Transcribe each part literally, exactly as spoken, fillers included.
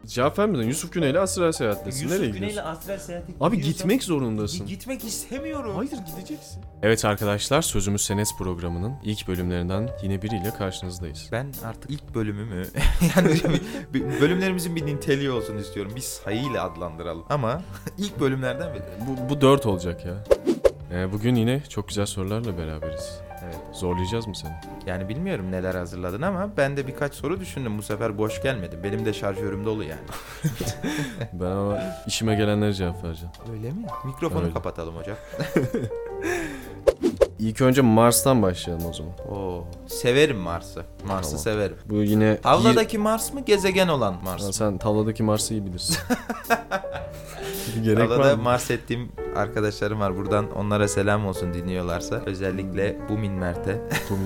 Cevap vermeden Yusuf Güney'le astral seyahattesin. Yusuf Nereye Güney'le gidiyorsun? astral seyahate Abi gidiyorsam- gitmek zorundasın. Gitmek istemiyorum. Hayır, gideceksin. Evet arkadaşlar, Sözümüz Senes programının ilk bölümlerinden yine biriyle karşınızdayız. Ben artık ilk bölümümü yani bir- bölümlerimizin bir niteliği olsun istiyorum. Bir sayıyla adlandıralım. Ama ilk bölümlerden biri. Bu, bu dört olacak ya. Ee, bugün yine çok güzel sorularla beraberiz. Evet. Zorlayacağız mı seni? Yani bilmiyorum neler hazırladın ama ben de birkaç soru düşündüm. Bu sefer boş gelmedi. Benim de şarjörüm dolu yani. Ben ama işime gelenlere cevap vereceğim. Öyle mi? Mikrofonu Öyle. kapatalım hocam. İlk önce Mars'tan başlayalım o zaman. Oo, severim Mars'ı. Mars'ı Tamam. severim. Bu yine... Tavladaki Mars mı, gezegen olan Mars Ya mı? sen tavladaki Mars'ı iyi bilirsin. Gerek Tavlada var mı? Mars ettiğim arkadaşlarım var. Buradan onlara selam olsun dinliyorlarsa. Özellikle bu minmerte.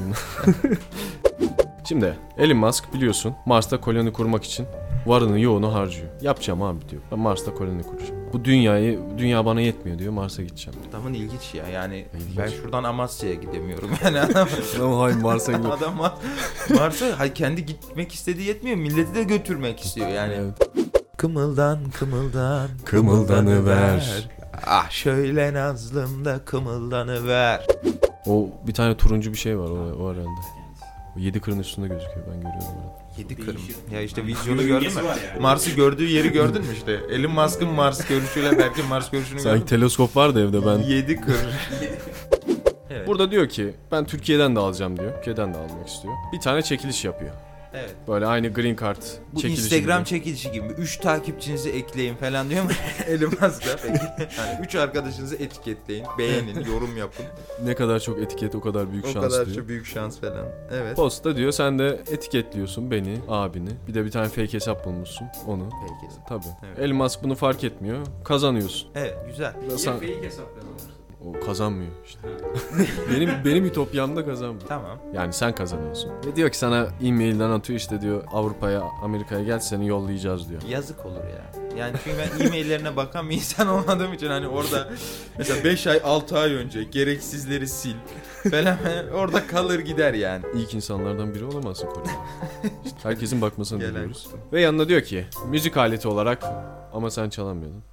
Şimdi Elon Musk biliyorsun Mars'ta koloni kurmak için varını yoğunu harcıyor. Yapacağım abi diyor. Ben Mars'ta koloni kuracağım. Bu dünyayı, dünya bana yetmiyor diyor. Mars'a gideceğim diyor. Adamın ilginç ya. Yani İlginç. ben şuradan Amasya'ya gidemiyorum. Yani adam, Ama hayır Mars'a gidiyor. adam Mar- Mars'a hay kendi gitmek istediği yetmiyor. Milleti de götürmek istiyor yani. Evet. Kımıldan kımıldan Kımıldanıver. Ah şöyle nazlım da kımıldanıver. O bir tane turuncu bir şey var o, o herhalde. O yedi kırın üstünde gözüküyor, ben görüyorum orada. Yedi kırım. Ya işte vizyonu gördün mü? Mars'ı gördüğü yeri gördün mü işte? Elon Musk'ın Mars görüşüyle belki Mars görüşünü Sanki gördün. teleskop vardı evde ben. Yedi kır. Evet. Burada diyor ki ben Türkiye'den de alacağım diyor. Türkiye'den de almak istiyor. Bir tane çekiliş yapıyor. Evet. Böyle aynı green card Bu çekilişi Instagram gibi. çekilişi gibi. Üç takipçinizi ekleyin falan diyor mu? Elon Musk'la peki. Yani üç arkadaşınızı etiketleyin, beğenin, yorum yapın. Ne kadar çok etiket o kadar büyük O şans kadar diyor. çok büyük şans falan. Evet. Posta diyor sen de etiketliyorsun beni, abini. Bir de bir tane fake hesap bulmuşsun onu. Peki. Tabii. Evet. Elon Musk bunu fark etmiyor. Kazanıyorsun. Evet, güzel. Sen... Fake hesapları var. O kazanmıyor işte. benim benim ütopyamda kazanmıyor. Tamam. Yani sen kazanıyorsun. Ve diyor ki sana e-mailden atıyor işte diyor Avrupa'ya, Amerika'ya gel seni yollayacağız diyor. Yazık olur ya. Yani çünkü ben e-maillerine bakan bir insan olmadığım için hani orada mesela beş ay altı ay önce gereksizleri sil falan orada kalır gider yani. İlk insanlardan biri olamazsın Kore'de. İşte herkesin bakmasını Gelen diliyoruz. kustum. Ve yanına diyor ki müzik aleti olarak ama sen çalamıyordun.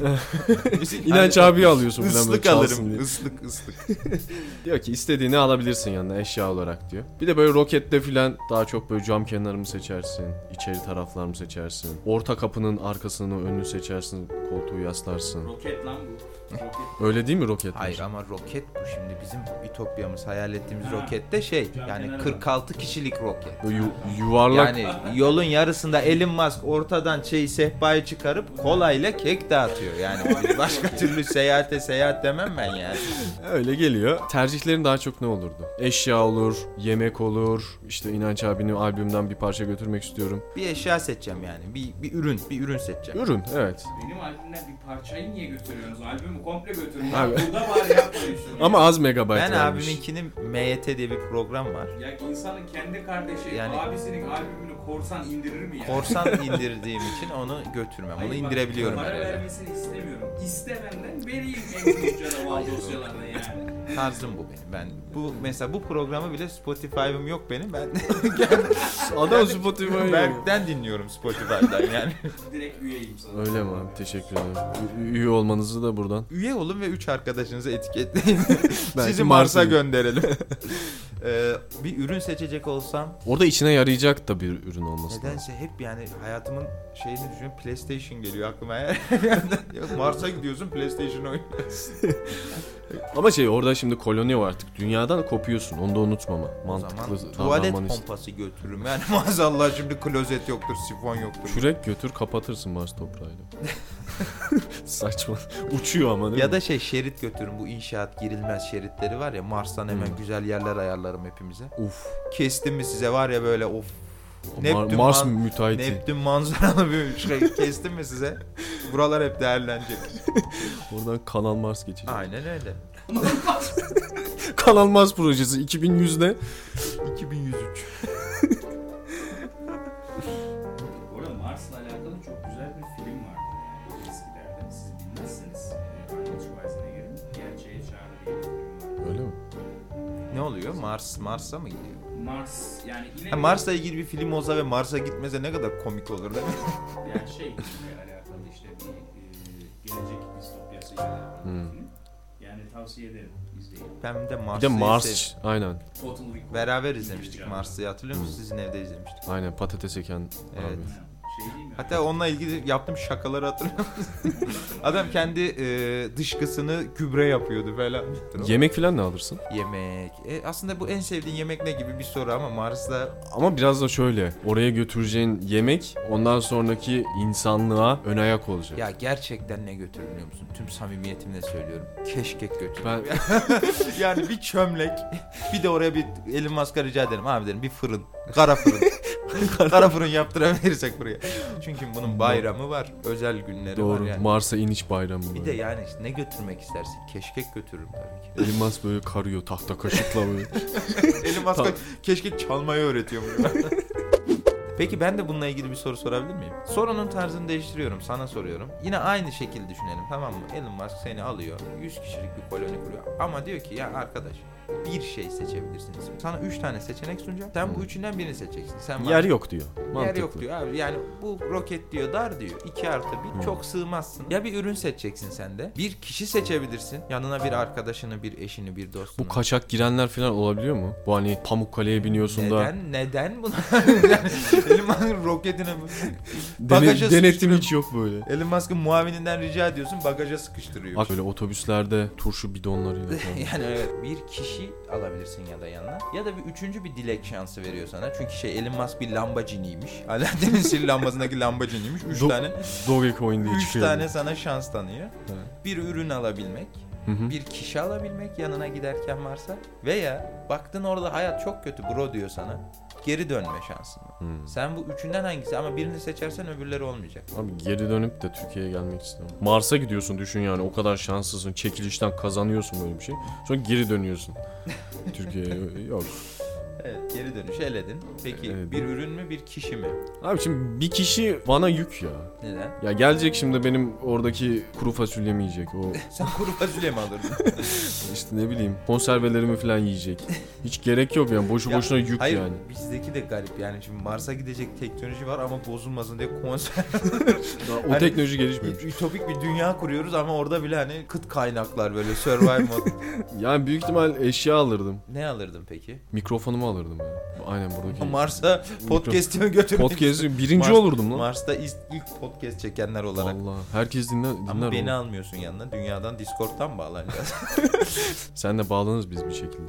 Müzik İnanç aleti- abi alıyorsun falan böyle Islık çalsın alırım. diye. Islık ıslık. Diyor ki istediğini alabilirsin yanına eşya olarak diyor. Bir de böyle rokette filan daha çok böyle cam kenarı mı seçersin, içeri taraflar mı seçersin, orta kapının arkasını önünü seçersin, koltuğu yaslarsın. Roket lan bu. Roket. Öyle değil mi roketler? Hayır ama roket bu şimdi bizim ütopyamız hayal ettiğimiz Ha. rokette şey Cam yani kenarı kırk altı kişilik roket. Böyle yu- yuvarlak. Yani yolun yarısında Elon Musk ortadan şey sehpayı çıkarıp kolayla kek dağıtıyor. Yani başka türlü seyahate seyahat demem ben yani. Öyle geliyor. Tercihlerin daha çok ne olurdu? Eşya olur, yemek olur. İşte İnanç abinin albümden bir parça götürmek istiyorum. Bir eşya seçeceğim yani. Bir, bir ürün, bir ürün seçeceğim. Ürün, evet. Benim albümden bir parçayı niye götürüyorsunuz? Albümü komple götürün. Abi. Ya burada var yapmayın şunu. Ama az megabayt Ben vermiş. abiminkinin M Y T diye bir program var. Ya insanın kendi kardeşi Yani- abisinin albümünü korsan indirir mi ya? Korsan indirdiğim için onu götürmem. Onu Hayır, bak, indirebiliyorum para herhalde. vermesini istemiyorum. İste benden vereyim en büyük canavar dosyalarına yani. Tarzım bu benim. Ben bu mesela bu programı bile Spotify'ım yok benim. Ben Adam Spotify'ı Berk'ten dinliyorum Spotify'dan yani. Direkt üyeyim sana. Öyle mi abi? Teşekkür ederim. Ü- Üye olmanızı da buradan. Üye olun ve üç arkadaşınızı etiketleyin. Belki Sizi Mars'a Mars'a gönderelim. Ee, bir ürün seçecek olsam Orada içine yarayacak da bir ürün olması lazım. nedense hep yani hayatımın şeyini düşünüyorum. PlayStation geliyor aklıma. Yok, Mars'a gidiyorsun PlayStation oynuyorsun. Ama şey orada şimdi koloni var artık. Dünyadan kopuyorsun. Onu da unutmama. O Mantıklı zaman tuvalet davranmanı ist- pompası götürürüm. Yani maazallah şimdi klozet yoktur, sifon yoktur. Kürek götür kapatırsın Mars toprağıyla. Saçma. Uçuyor ama değil Ya mi? da şey şerit götürün, bu inşaat girilmez şeritleri var ya, Mars'tan hemen Hmm. güzel yerler ayarlarım hepimize. Uf. Kestim mi size var ya böyle of. Mar- Neptün Mars man- müteahhiti. Neptün manzaralı bir şey kestim mi size? Buralar hep değerlenecek. Oradan Kanal Mars geçecek. Aynen öyle. Kanal Mars projesi iki bin yüzde. iki bin yüz üç. Bu arada Mars'la alakalı çok güzel bir film vardı yani eskilerde. Siz bilmezseniz e, Arnold Schwarzenegger'in Gerçeğe Çağrı diye bir film var. Öyle mi? Ne oluyor? Mars Mars'a mı gidiyor? Mars yani yine Ha, Mars'la ilgili bir film olsa ve Mars'a gitmese ne kadar komik olur değil mi? yani şey ile alakalı işte bir e, gelecek distopyası ile alakalı Hmm. bir film. Yani tavsiye ederim izleyin. Ben de Bir de Mars'ı Mars, aynen. Total Recall. beraber izlemiştik Güzel. Mars'ı, hatırlıyor musunuz? Sizin evde izlemiştik. Aynen patates eken Evet. abi. Şey değil mi? Hatta onunla ilgili yaptığım şakaları hatırlıyor musunuz? Adam kendi e, dışkısını gübre yapıyordu falan. Yemek falan ne alırsın? Yemek. E, aslında bu en sevdiğin yemek ne gibi bir soru ama Mars'ta Ama biraz da şöyle, oraya götüreceğin yemek ondan sonraki insanlığa ön ayak olacak. ya gerçekten ne götürür biliyor musun? Tüm samimiyetimle söylüyorum. Keşkek götür. Ben Yani bir çömlek, bir de oraya bir Elon Musk'a rica ederim abi derim bir fırın, kara fırın. kara fırın yaptırabilirsek buraya. Çünkü bunun bayramı var, özel günleri doğru, var yani. Mars'a iniş bayramı. Bir de böyle. yani işte ne götürmek istersin? Keşkek götürürüm tabii ki. Elon Musk böyle karıyor tahta kaşıkla böyle. Elon Musk'a Tamam. keşkek çalmayı öğretiyormuş. Peki ben de bununla ilgili bir soru sorabilir miyim? Sorunun tarzını değiştiriyorum, sana soruyorum. Yine aynı şekilde düşünelim, tamam mı? Elon Musk seni alıyor, yüz kişilik bir koloni kuruyor. Ama diyor ki ya arkadaş, bir şey seçebilirsiniz. Sana üç tane seçenek sunacağım. Sen bu üçünden birini seçeceksin. Sen Yer yok diyor. Yer Mantıklı. yok diyor abi. Yani bu roket diyor dar diyor. iki artı bir Hmm. çok sığmazsın. Ya bir ürün seçeceksin sen de. Bir kişi seçebilirsin. Yanına bir arkadaşını, bir eşini, bir dostunu. Bu kaçak girenler falan olabiliyor mu? Bu hani Pamukkale'ye biniyorsun da Neden? Neden bunu? Yani Elon Musk'ın roketine dene- bagaja denetim sıkıştırıyor. hiç yok böyle. Elon Musk'ın muavininden rica ediyorsun, bagaja sıkıştırıyor. Bak böyle otobüslerde turşu bidonlarıyla falan. Yani evet, bir kişi alabilirsin ya da yanına. Ya da bir üçüncü bir dilek şansı veriyor sana. Çünkü şey Elon Musk bir Lamborghini'ymiş. Aladdin'in sihirli lambasındaki Lamborghini'ymiş. Üç Do- tane Dogecoin diye üç çıkıyor. tane sana şans tanıyor. Evet. Bir ürün alabilmek, Hı hı. bir kişi alabilmek yanına giderken varsa veya baktın orada hayat çok kötü bro diyor sana. Geri dönme şansın var. Hmm. Sen bu üçünden hangisi ama birini seçersen öbürleri olmayacak. Abi geri dönüp de Türkiye'ye gelmek istemiyorum. Mars'a gidiyorsun düşün yani o kadar şanslısın. Çekilişten kazanıyorsun böyle bir şey. Sonra geri dönüyorsun. Türkiye'ye yok. Evet, geri dönüş eledin. Peki Evet. bir ürün mü bir kişi mi? Abi şimdi bir kişi bana yük ya. Neden? Ya gelecek şimdi benim oradaki kuru fasulyemi yiyecek. O Sen kuru fasulye mi alırdın? işte ne bileyim konservelerimi falan yiyecek. Hiç gerek yok yani boşu Ya, boşuna yük Hayır yani. bizdeki de garip yani şimdi Mars'a gidecek teknoloji var ama bozulmasın diye konser. Daha o Hani- teknoloji gelişmemiş. Ütopik bir dünya kuruyoruz ama orada bile hani kıt kaynaklar böyle survival mod. Yani büyük ihtimal eşya alırdım. Ne alırdın peki? Mikrofonumu alırdım yani. Aynen buradaki. Mars'a podcast'imi götürmek Podcast'i birinci Mars- olurdum lan. Mars'ta ilk, ilk podcast çekenler olarak. Allah. Herkes dinler, dinler Ama beni onu. almıyorsun yanına. Dünyadan Discord'dan bağlanacağız. Sen de bağlanırız biz bir şekilde.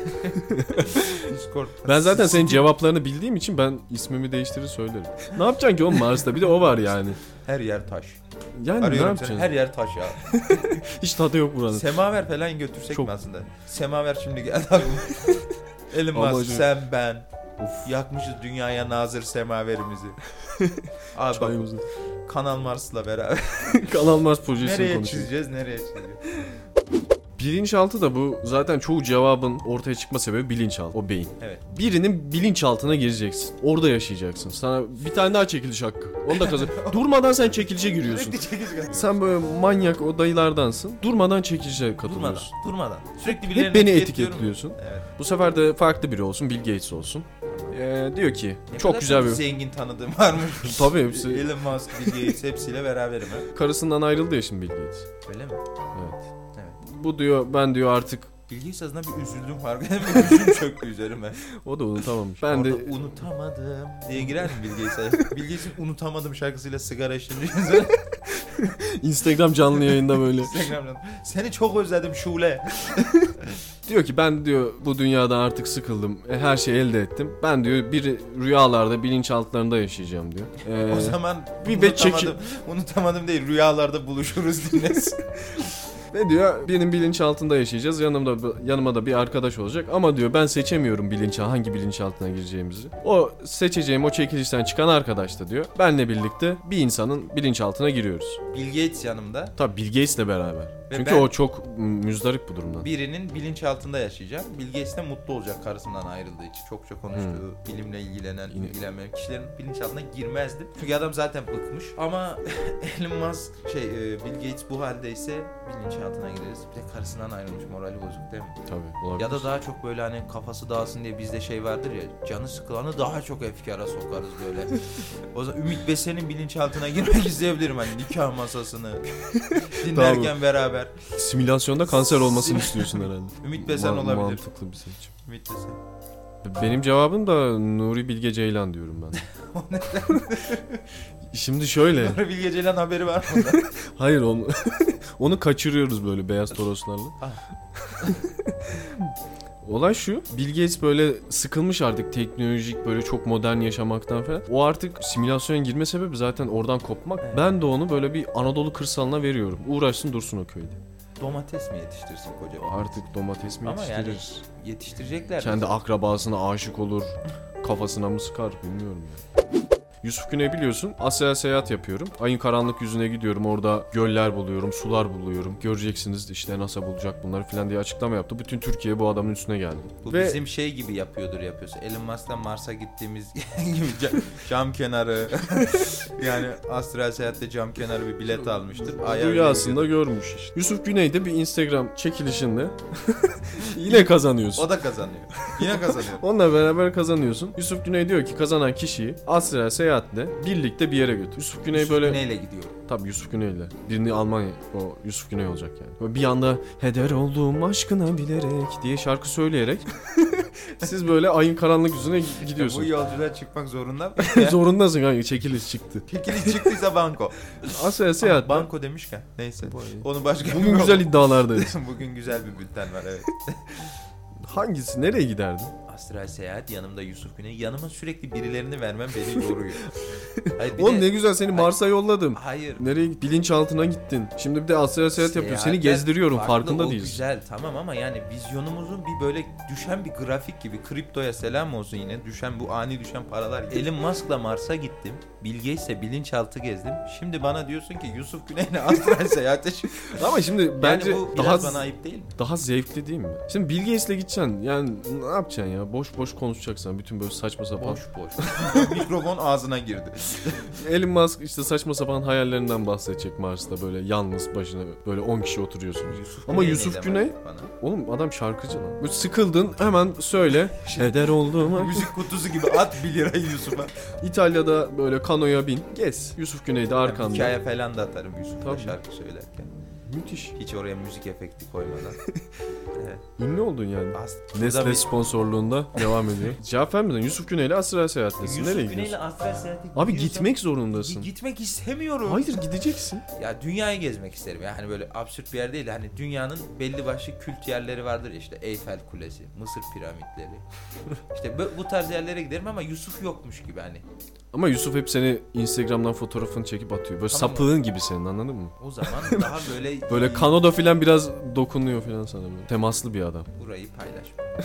Discord. Ben zaten senin cevaplarını bildiğim için ben ismimi değiştirir söylerim. Ne yapacaksın ki oğlum Mars'ta? Bir de o var yani. Her yer taş. Yani ne Arıyorum yapacaksın? seni. Her yer taş ya. Hiç tadı yok buranın. Semaver falan götürsek Çok- mi aslında? Semaver şimdi geldi aklıma. Elon Musk, Amacım- sen, ben. Of. Yakmışız dünyaya nazır semaverimizi. Abi bak Çayımızı. Kanal Mars'la beraber. Kanal Mars projesini Nereye konuşuyoruz. çizeceğiz, nereye çizeceğiz? Bilinçaltı da bu zaten çoğu cevabın ortaya çıkma sebebi bilinçaltı. O beyin. Evet. Birinin bilinçaltına gireceksin. Orada yaşayacaksın. Sana bir tane daha çekiliş hakkı. Onu da kazan. Durmadan sen çekilişe giriyorsun. Sürekli çekici kalıyor. Sen böyle manyak o dayılardansın. Durmadan çekilişe Durmadan, katılıyorsun. durmadan. Sürekli birilerini Hep beni etiketliyorum. etiketliyorsun. Evet. Bu sefer de farklı biri olsun. Bill Gates olsun. Ee, diyor ki Ne çok kadar güzel bir... zengin tanıdığım varmış. Tabii hepsi. Elon Musk, Bill Gates hepsiyle beraberim ha. Karısından ayrıldı ya şimdi Bill Gates. Öyle mi? Evet. Evet. Bu diyor ben diyor artık Bill Gates adına bir üzüldüm fark ettim. Üzüm çöktü üzerime. o da unutamamış. Ben Orada de unutamadım diye girer mi Bill Gates'e? Bill Gates'in unutamadım şarkısıyla sigara içtiğini düşünsene. Instagram canlı yayında böyle Instagram'dan. Seni çok özledim Şule. diyor ki ben diyor bu dünyadan artık sıkıldım. E, her şeyi elde ettim. Ben diyor bir rüyalarda bilinçaltlarında yaşayacağım diyor. Ee, O zaman bir ve unutamadım. Unutamadım değil rüyalarda buluşuruz dinlesin. Ve diyor benim bilinçaltında yaşayacağız. Yanımda yanıma da bir arkadaş olacak ama diyor ben seçemiyorum bilinçaltı hangi bilinçaltına gireceğimizi. O seçeceğim o çekilişten çıkan arkadaş da diyor benle birlikte bir insanın bilinçaltına giriyoruz. Bill Gates yanımda Tabii Bill Gates'le beraber. Ve Çünkü ben o çok müzdarip bu durumdan. birinin bilinçaltında yaşayacak. Bill Gates de mutlu olacak karısından ayrıldığı için. Çok çok konuştuğu, bilimle ilgilenen, Yine- ilgilenmeyen kişilerin bilinçaltına girmezdim. Çünkü adam zaten bıkmış. Ama Elon Musk, şey e, Bill Gates bu haldeyse bilinçaltına gireriz. Bir de karısından ayrılmış, morali bozuk değil mi? Tabii olabilir. Ya da daha çok böyle hani kafası dağılsın diye bizde şey vardır ya, canı sıkılanı daha çok efkara sokarız böyle. O zaman Ümit Besen'in bilinçaltına girmek isteyebilirim hani nikah masasını dinlerken Tamam. beraber. Simülasyonda kanser olmasını istiyorsun herhalde. Ümit Besen Ma- olabilir. Mantıklı bir seçim. Ümit Besen. Benim cevabım da Nuri Bilge Ceylan diyorum ben. O neden? Şimdi şöyle. Nuri Bilge Ceylan haberi var mı? Hayır onu onu kaçırıyoruz böyle beyaz toroslarla. Ah. Olay şu. Bill Gates böyle sıkılmış artık teknolojik böyle çok modern yaşamaktan falan. O artık simülasyona girme sebebi zaten oradan kopmak. Evet. Ben de onu böyle bir Anadolu kırsalına veriyorum. Uğraşsın dursun o köyde. Domates mi yetiştirsin kocaman? Artık domates mi Ama yani yetiştirir? yetiştirecekler. Kendi akrabasına aşık olur. Kafasına mı sıkar bilmiyorum ya. Yusuf Güney biliyorsun Asya'ya seyahat yapıyorum. Ayın karanlık yüzüne gidiyorum. Orada göller buluyorum, sular buluyorum. Göreceksiniz işte NASA bulacak bunları falan diye açıklama yaptı. Bütün Türkiye bu adamın üstüne geldi. Bu Ve bizim şey gibi yapıyordur yapıyorsa. Elon Musk'la Mars'a gittiğimiz gibi cam, cam kenarı yani astral seyahatte cam kenarı bir bilet almıştır. Aya öyle rüyasında gidiyordur. görmüş işte. Yusuf Güney de bir Instagram çekilişinde yine kazanıyorsun. O da kazanıyor. Yine kazanıyor. Onunla beraber kazanıyorsun. Yusuf Güney diyor ki kazanan kişiyi astral seyahatle birlikte bir yere götür. Yusuf Güney Yusuf böyle... Güney'le gidiyor. Tabii Yusuf Güney'le. Birini Almanya, o Yusuf Güney olacak yani. Böyle bir anda heder olduğum aşkına bilerek diye şarkı söyleyerek siz böyle ayın karanlık yüzüne Ya bu gidiyorsun. yolculuğa çıkmak zorunda mı? Zorundasın kanka, çekiliş çıktı. Çekiliş çıktıysa banko. Asya seyahat. Banko demişken neyse. Onu başka Bugün güzel iddialardayız. Bugün güzel bir bülten var evet. Hangisi? Nereye giderdin? Astral seyahat, yanımda Yusuf Güney. Yanıma sürekli birilerini vermem beni yoruyor. Hayır, bir Oğlum de- ne güzel, seni Mars'a yolladım. Hayır. Nereye git? Bilinçaltına gittin. Şimdi bir de Asya seyahat yapıyor. Seni Seyahatler gezdiriyorum, farklı, farkında o değilsin. güzel tamam ama yani vizyonumuzun bir böyle düşen bir grafik gibi, kriptoya selam olsun yine, düşen bu ani düşen paralar. Elon Musk'la Mars'a gittim. Bill Gates'le bilinçaltı gezdim. Şimdi bana diyorsun ki Yusuf Güney'le astral seyahate çık. Ama şimdi bence Yani bu daha biraz bana ayıp değil mi? daha zevkli değil mi? Şimdi Bill Gates'le gideceksin. Yani ne yapacaksın ya? Boş boş konuşacaksan bütün böyle saçma sapan. Boş boş. Mikrofon ağzına girdi. Elon Musk işte saçma sapan hayallerinden bahsedecek Mars'ta, böyle yalnız başına böyle on kişi oturuyorsunuz. Yusuf Ama Güney Yusuf ne Güney- demek bana? Oğlum adam şarkıcı lan. Böyle sıkıldın hemen söyle. Heder olduğuma. Müzik kutusu gibi at bir lirayı Yusuf'a. İtalya'da böyle kanoya bin. Gez. Yusuf Güney de arkanda. Hikaye falan da atarım Yusuf'a Tabii. şarkı söylerken. Müthiş. Hiç oraya müzik efekti koymadan. Evet. Ünlü oldun yani. Aslında Nestle bir- sponsorluğunda devam ediyor. Cevap vermedin. Yusuf Güney'le Astral Seyahat'tesin. Yusuf Nereye Güney'le gidiyorsun? astral seyahate Abi gidiyorsam- gitmek zorundasın. Gitmek istemiyorum. Hayır, gideceksin. Ya dünyayı gezmek isterim. Yani böyle absürt bir yer değil. Hani dünyanın belli başlı kült yerleri vardır ya, işte Eyfel Kulesi, Mısır piramitleri. İşte bu, bu tarz yerlere giderim ama Yusuf yokmuş gibi hani. Ama Yusuf hep seni Instagram'dan fotoğrafını çekip atıyor. Böyle Tamam. sapığın gibi senin, anladın mı? O zaman daha böyle Böyle kanoda filan biraz dokunuyor filan sana böyle. Temaslı bir adam. burayı paylaşma.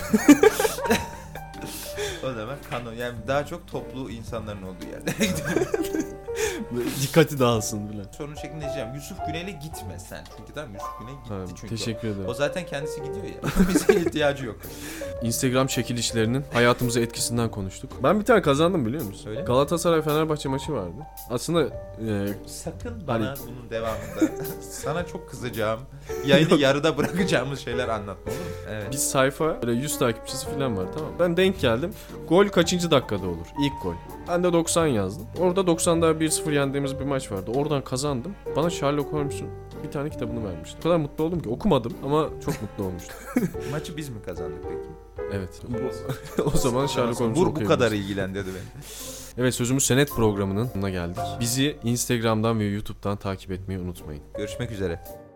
O zaman kano, yani daha çok toplu insanların olduğu yerlere gidiyorum. Böyle dikkati dağılsın filan. Sorun şeklinde diyeceğim. Yusuf Güney'le gitme sen. Çünkü tamam, Yusuf Güney gitti Ha, çünkü. teşekkür O. ederim. o zaten kendisi gidiyor ya. Bize ihtiyacı yok. Instagram çekilişlerinin hayatımıza etkisinden konuştuk. Ben bir tane kazandım, biliyor musun? Söyle. Galatasaray Fenerbahçe maçı vardı. Aslında e, Sakın bana bunun devamında sana çok kızacağım, yayını yarıda bırakacağımız şeyler anlatma, olur mu? Evet. bir sayfa böyle yüz takipçisi falan var, tamam. Ben denk geldim. Gol kaçıncı dakikada olur? İlk gol. Ben de doksan yazdım. Orada doksanda bir sıfır yendiğimiz bir maç vardı. Oradan kazandım. Bana Sherlock Holmes'un bir tane kitabını vermişti. O kadar mutlu oldum ki, okumadım ama çok mutlu olmuştum. Maçı biz mi kazandık peki? Evet. O zaman Sherlock Holmes'u bu, bu okuyabiliriz. kadar ilgilendirdi beni. Evet, Sözümüz Senet programının sonuna geldik. Bizi Instagram'dan ve YouTube'dan takip etmeyi unutmayın. Görüşmek üzere.